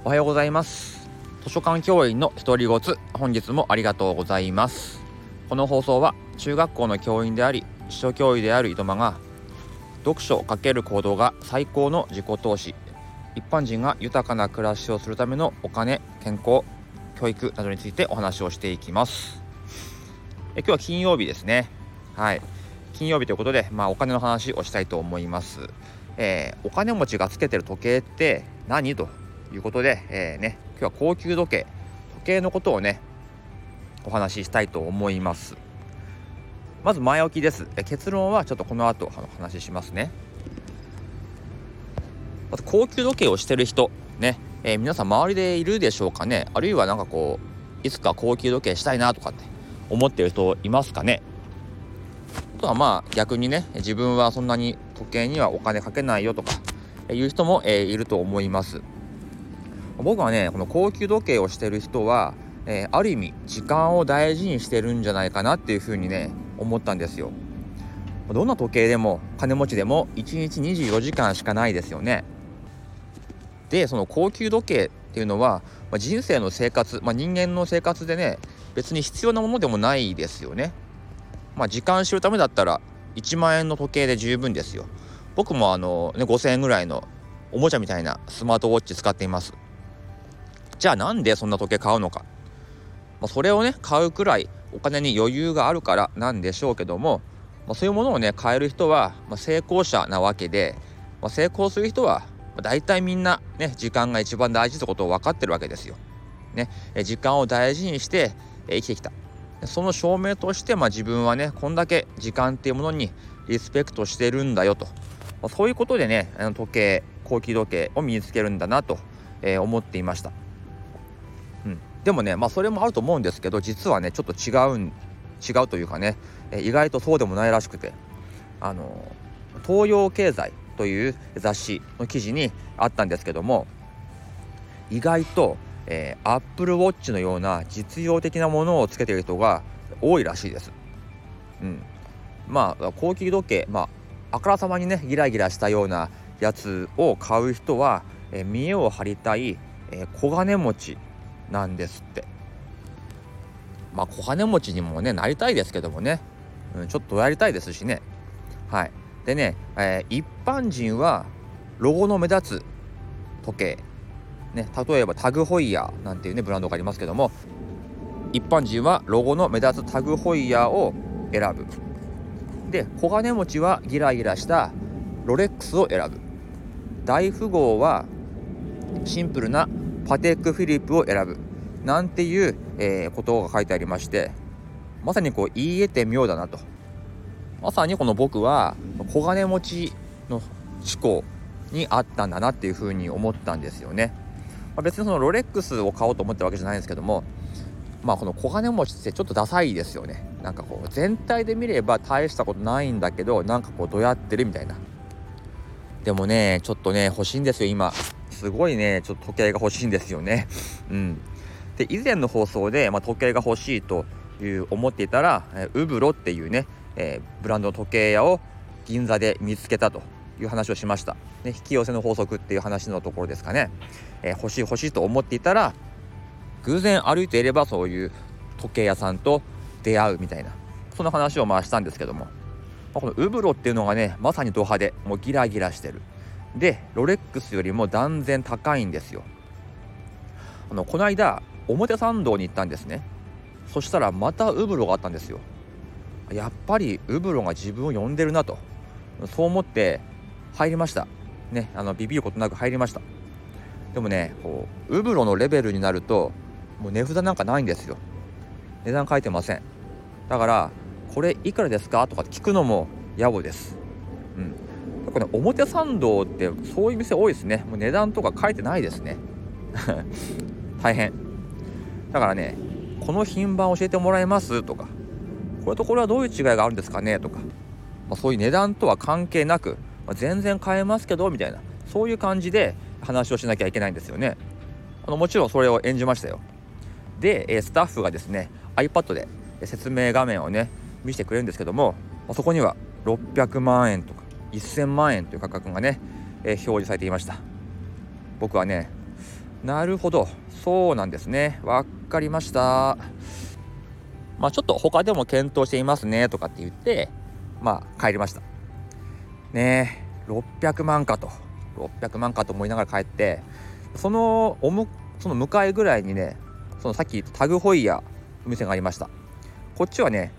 おはようございます。図書館教員の独り言、本日もありがとうございます。この放送は中学校の教員であり司書教諭である糸間が読書×行動が最高の自己投資、一般人が豊かな暮らしをするためのお金、健康、教育などについてお話をしていきます。今日は金曜日ですね。金曜日ということで、お金の話をしたいと思います。お金持ちがつけてる時計って何ということで、今日は高級時計のことをねお話ししたいと思います。まず前置きです。結論はちょっとこの後お話ししますね。まず高級時計をしてる人ね、皆さん周りでいるでしょうかね。あるいはいつか高級時計したいなとかって思ってる人いますかね。あとは逆にね、自分はそんなに時計にはお金かけないよとかいう人も、いると思います。僕はね、この高級時計をしてる人は、ある意味時間を大事にしてるんじゃないかなっていうふうにね思ったんですよ。どんな時計でも金持ちでも1日24時間しかないですよね。でその高級時計っていうのは、人生の生活、人間の生活でね別に必要なものでもないですよね。時間知るためだったら1万円の時計で十分ですよ。僕も5000円ぐらいのおもちゃみたいなスマートウォッチ使っています。じゃあなんでそんな時計買うのか、それをね買うくらいお金に余裕があるからなんでしょうけども、そういうものをね買える人は、成功者なわけで、成功する人は大体みんなね時間が一番大事ってことを分かってるわけですよ、時間を大事にして、生きてきた。その証明として、自分はねこんだけ時間っていうものにリスペクトしてるんだよと、そういうことでね高級時計を身につけるんだなと、思っていました。でもねそれもあると思うんですけど、実はねちょっと違うというかね、意外とそうでもないらしくて、東洋経済という雑誌の記事にあったんですけども、意外とアップルウォッチのような実用的なものをつけている人が多いらしいです。高級時計、あからさまにねギラギラしたようなやつを買う人は、見栄を張りたい、小金持ちなんですって。小金持ちにもねなりたいですけどもね、ちょっとやりたいですしね。でね、一般人はロゴの目立つ時計ね、例えばタグホイヤーなんていうねブランドがありますけども、一般人はロゴの目立つタグホイヤーを選ぶ。で小金持ちはギラギラしたロレックスを選ぶ。大富豪はシンプルなパテックフィリップを選ぶなんていう、ことが書いてありまして、まさに言い得て妙だなと。まさにこの僕は小金持ちの思考にあったんだなっていうふうに思ったんですよね。別にそのロレックスを買おうと思ったわけじゃないんですけども、この小金持ちってちょっとダサいですよね。全体で見れば大したことないんだけどどやってるみたいな。でもねちょっとね欲しいんですよ今。すごいねちょっと時計が欲しいんですよね。で以前の放送で、時計が欲しいという思っていたら、ウブロっていうね、ブランドの時計屋を銀座で見つけたという話をしました、引き寄せの法則っていう話のところですかね。欲しいと思っていたら偶然歩いていればそういう時計屋さんと出会うみたいな、その話をしたんですけども、このウブロっていうのがねまさにド派手、もうギラギラしてる。でロレックスよりも断然高いんですよ。この間表参道に行ったんですね。そしたらまたウブロがあったんですよ。やっぱりウブロが自分を呼んでるなと、そう思って入りましたね。ビビることなく入りました。でもねウブロのレベルになるともう値札なんかないんですよ。値段書いてません。だからこれいくらですかとか聞くのも野暮です。これ表参道ってそういう店多いですね。もう値段とか書いてないですね大変だからね、この品番教えてもらえますとか、これとこれはどういう違いがあるんですかねとか、そういう値段とは関係なく、全然買えますけどみたいな、そういう感じで話をしなきゃいけないんですよね。もちろんそれを演じましたよ。で、スタッフがですね iPad で説明画面をね見せてくれるんですけども、そこには600万円とか1000万円という価格がね、表示されていました。僕はねなるほど、そうなんですね。わかりました。ちょっと他でも検討していますねとかって言って帰りましたね。600万かと思いながら帰って、その向かいぐらいにね、そのさっき言ったタグホイヤーお店がありました。こっちはね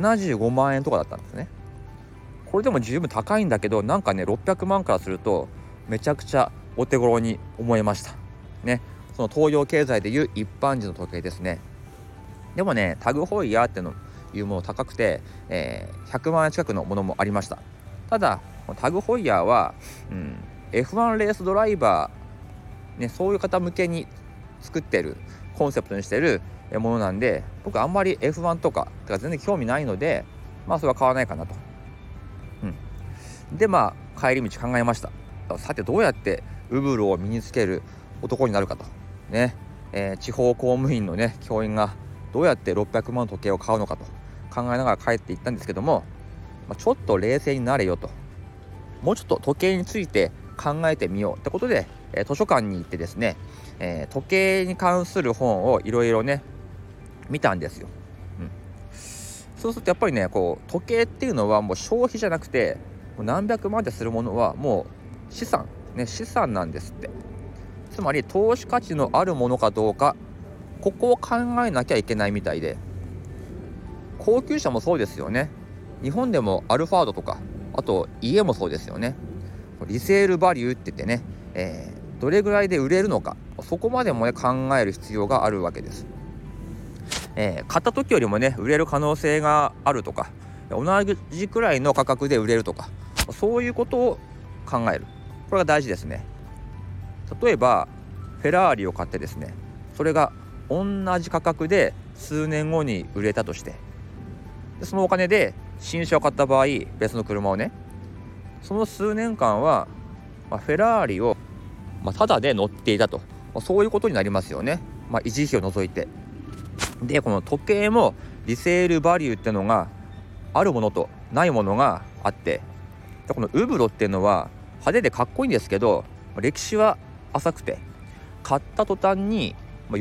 75万円とかだったんですね。これでも十分高いんだけど、なんかね600万からするとめちゃくちゃお手頃に思えましたね。その東洋経済でいう一般人の時計ですね。でもねタグホイヤーっていうもの高くて、100万円近くのものもありました。ただタグホイヤーは、F1 レースドライバー、ね、そういう方向けに作ってるコンセプトにしてるものなんで、僕あんまり F1 とか全然興味ないので、それは買わないかなと。で帰り道考えました。さてどうやってウブロを身につける男になるかとね、地方公務員のね教員がどうやって600万の時計を買うのかと考えながら帰っていったんですけども、ちょっと冷静になれよと、もうちょっと時計について考えてみようってことで、図書館に行ってですね、時計に関する本をいろいろね見たんですよ。そうするとやっぱりね時計っていうのはもう消費じゃなくて、もう何百万でするものはもう資産なんですって。つまり投資価値のあるものかどうか、ここを考えなきゃいけないみたいで、高級車もそうですよね。日本でもアルファードとか、あと家もそうですよね。リセールバリューって言ってね、どれぐらいで売れるのか、そこまでもね考える必要があるわけです。買った時よりもね売れる可能性があるとか、同じくらいの価格で売れるとか、そういうことを考える、これが大事ですね。例えばフェラーリを買ってですね、それが同じ価格で数年後に売れたとして、そのお金で新車を買った場合、別の車をね、その数年間は、フェラーリを、タダで乗っていたと、そういうことになりますよね。維持費を除いて。でこの時計もリセールバリューっていうのがあるものとないものがあって、このウブロっていうのは派手でかっこいいんですけど、歴史は浅くて、買った途端に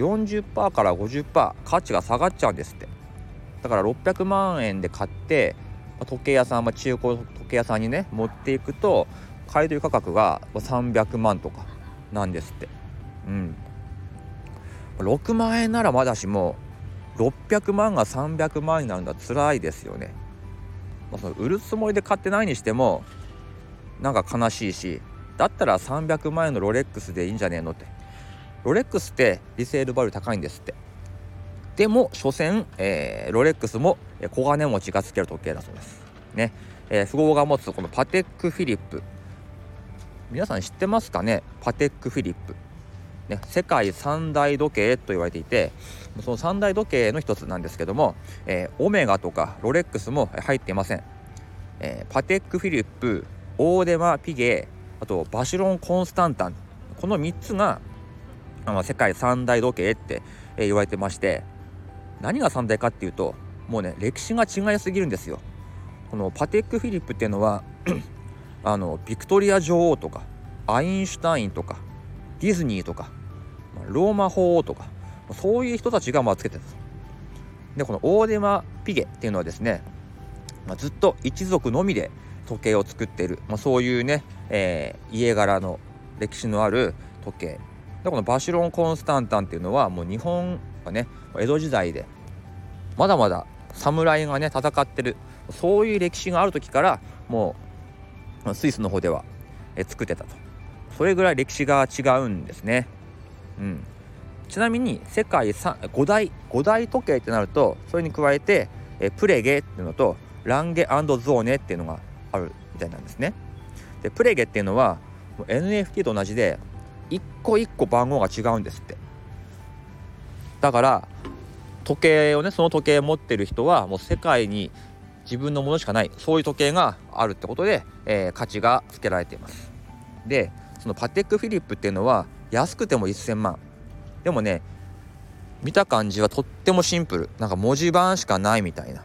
40% から 50% 価値が下がっちゃうんですって。だから600万円で買って時計屋さん、中古時計屋さんにね持っていくと、買い取り価格が300万とかなんですって。6万円ならまだしも600万が300万になるのは辛いですよね。その売るつもりで買ってないにしてもなんか悲しいし、だったら300万円のロレックスでいいんじゃねえのって。ロレックスってリセールバリュー高いんですって。でも所詮、ロレックスも小金持ちがつける時計だそうですね。富豪が持つこのパテックフィリップ、皆さん知ってますかね。パテックフィリップね、世界三大時計と言われていて、その三大時計の一つなんですけども、オメガとかロレックスも入っていません。パテックフィリップ、オーデマピゲ、あとバシロンコンスタンタン、この3つが世界三大時計って言われてまして、何が三大かっていうと、もうね歴史が違いすぎるんですよ。このパテックフィリップっていうのはビクトリア女王とかアインシュタインとかディズニーとかローマ法王とか、そういう人たちがつけてた。でこのオーデマピゲっていうのはですね、ずっと一族のみで時計を作っている、そういうね、家柄の歴史のある時計で、このバシロンコンスタンタンっていうのはもう日本がね江戸時代でまだまだ侍がね戦ってる、そういう歴史がある時からもうスイスの方では作ってたと。それぐらい歴史が違うんですね。ちなみに世界5大時計ってなると、それに加えてプレゲっていうのとランゲ&ゾーネっていうのがあるみたいなんですね。でプレゲっていうのは NFT と同じで一個一個番号が違うんですって。だから時計をね、その時計を持ってる人はもう世界に自分のものしかない、そういう時計があるってことで、価値がつけられています。でそのパテックフィリップっていうのは安くても1000万でもね、見た感じはとってもシンプル、なんか文字盤しかないみたいな、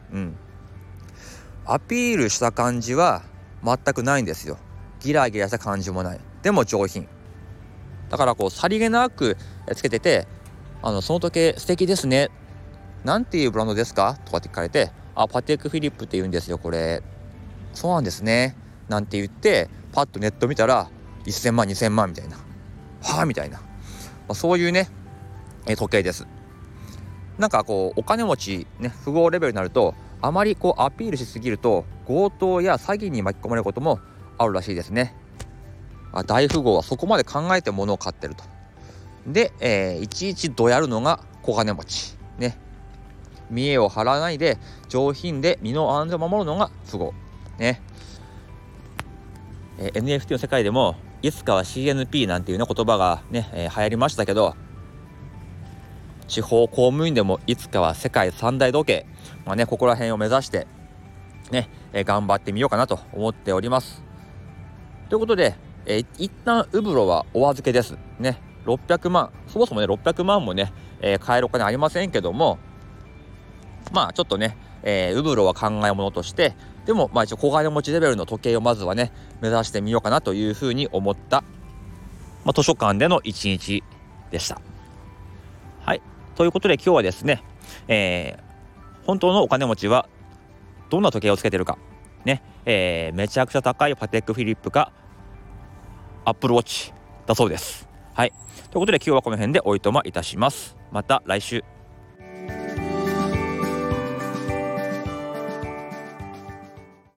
アピールした感じは全くないんですよ。ギラギラした感じもない。でも上品だからこうさりげなくつけてて、その時計素敵ですね、なんていうブランドですかとかって聞かれて、パテックフィリップって言うんですよこれ。そうなんですねなんて言って、パッとネット見たら1000万2000万みたいな、はあみたいな、そういうね時計です。なんかこうお金持ちね、富豪レベルになるとあまりこうアピールしすぎると強盗や詐欺に巻き込まれることもあるらしいですね。大富豪はそこまで考えて物を買ってると。で、いちいちどやるのが小金持ちね。見栄を張らないで上品で身の安全を守るのが富豪ね。NFT の世界でもいつかは CNP なんていうような言葉がね、流行りましたけど、地方公務員でもいつかは世界三大時計、ここら辺を目指してね、頑張ってみようかなと思っております。ということで、一旦ウブロはお預けですね。600万、そもそもね600万もね、買えるお金ありませんけども、ちょっとね、ウブロは考え物として、でも一応小金持ちレベルの時計をまずはね目指してみようかなというふうに思った、図書館での一日でした。はい、ということで今日はですね、本当のお金持ちはどんな時計をつけてるかね、めちゃくちゃ高いパテックフィリップかアップルウォッチだそうです。はい、ということで今日はこの辺でおいとまいたします。また来週。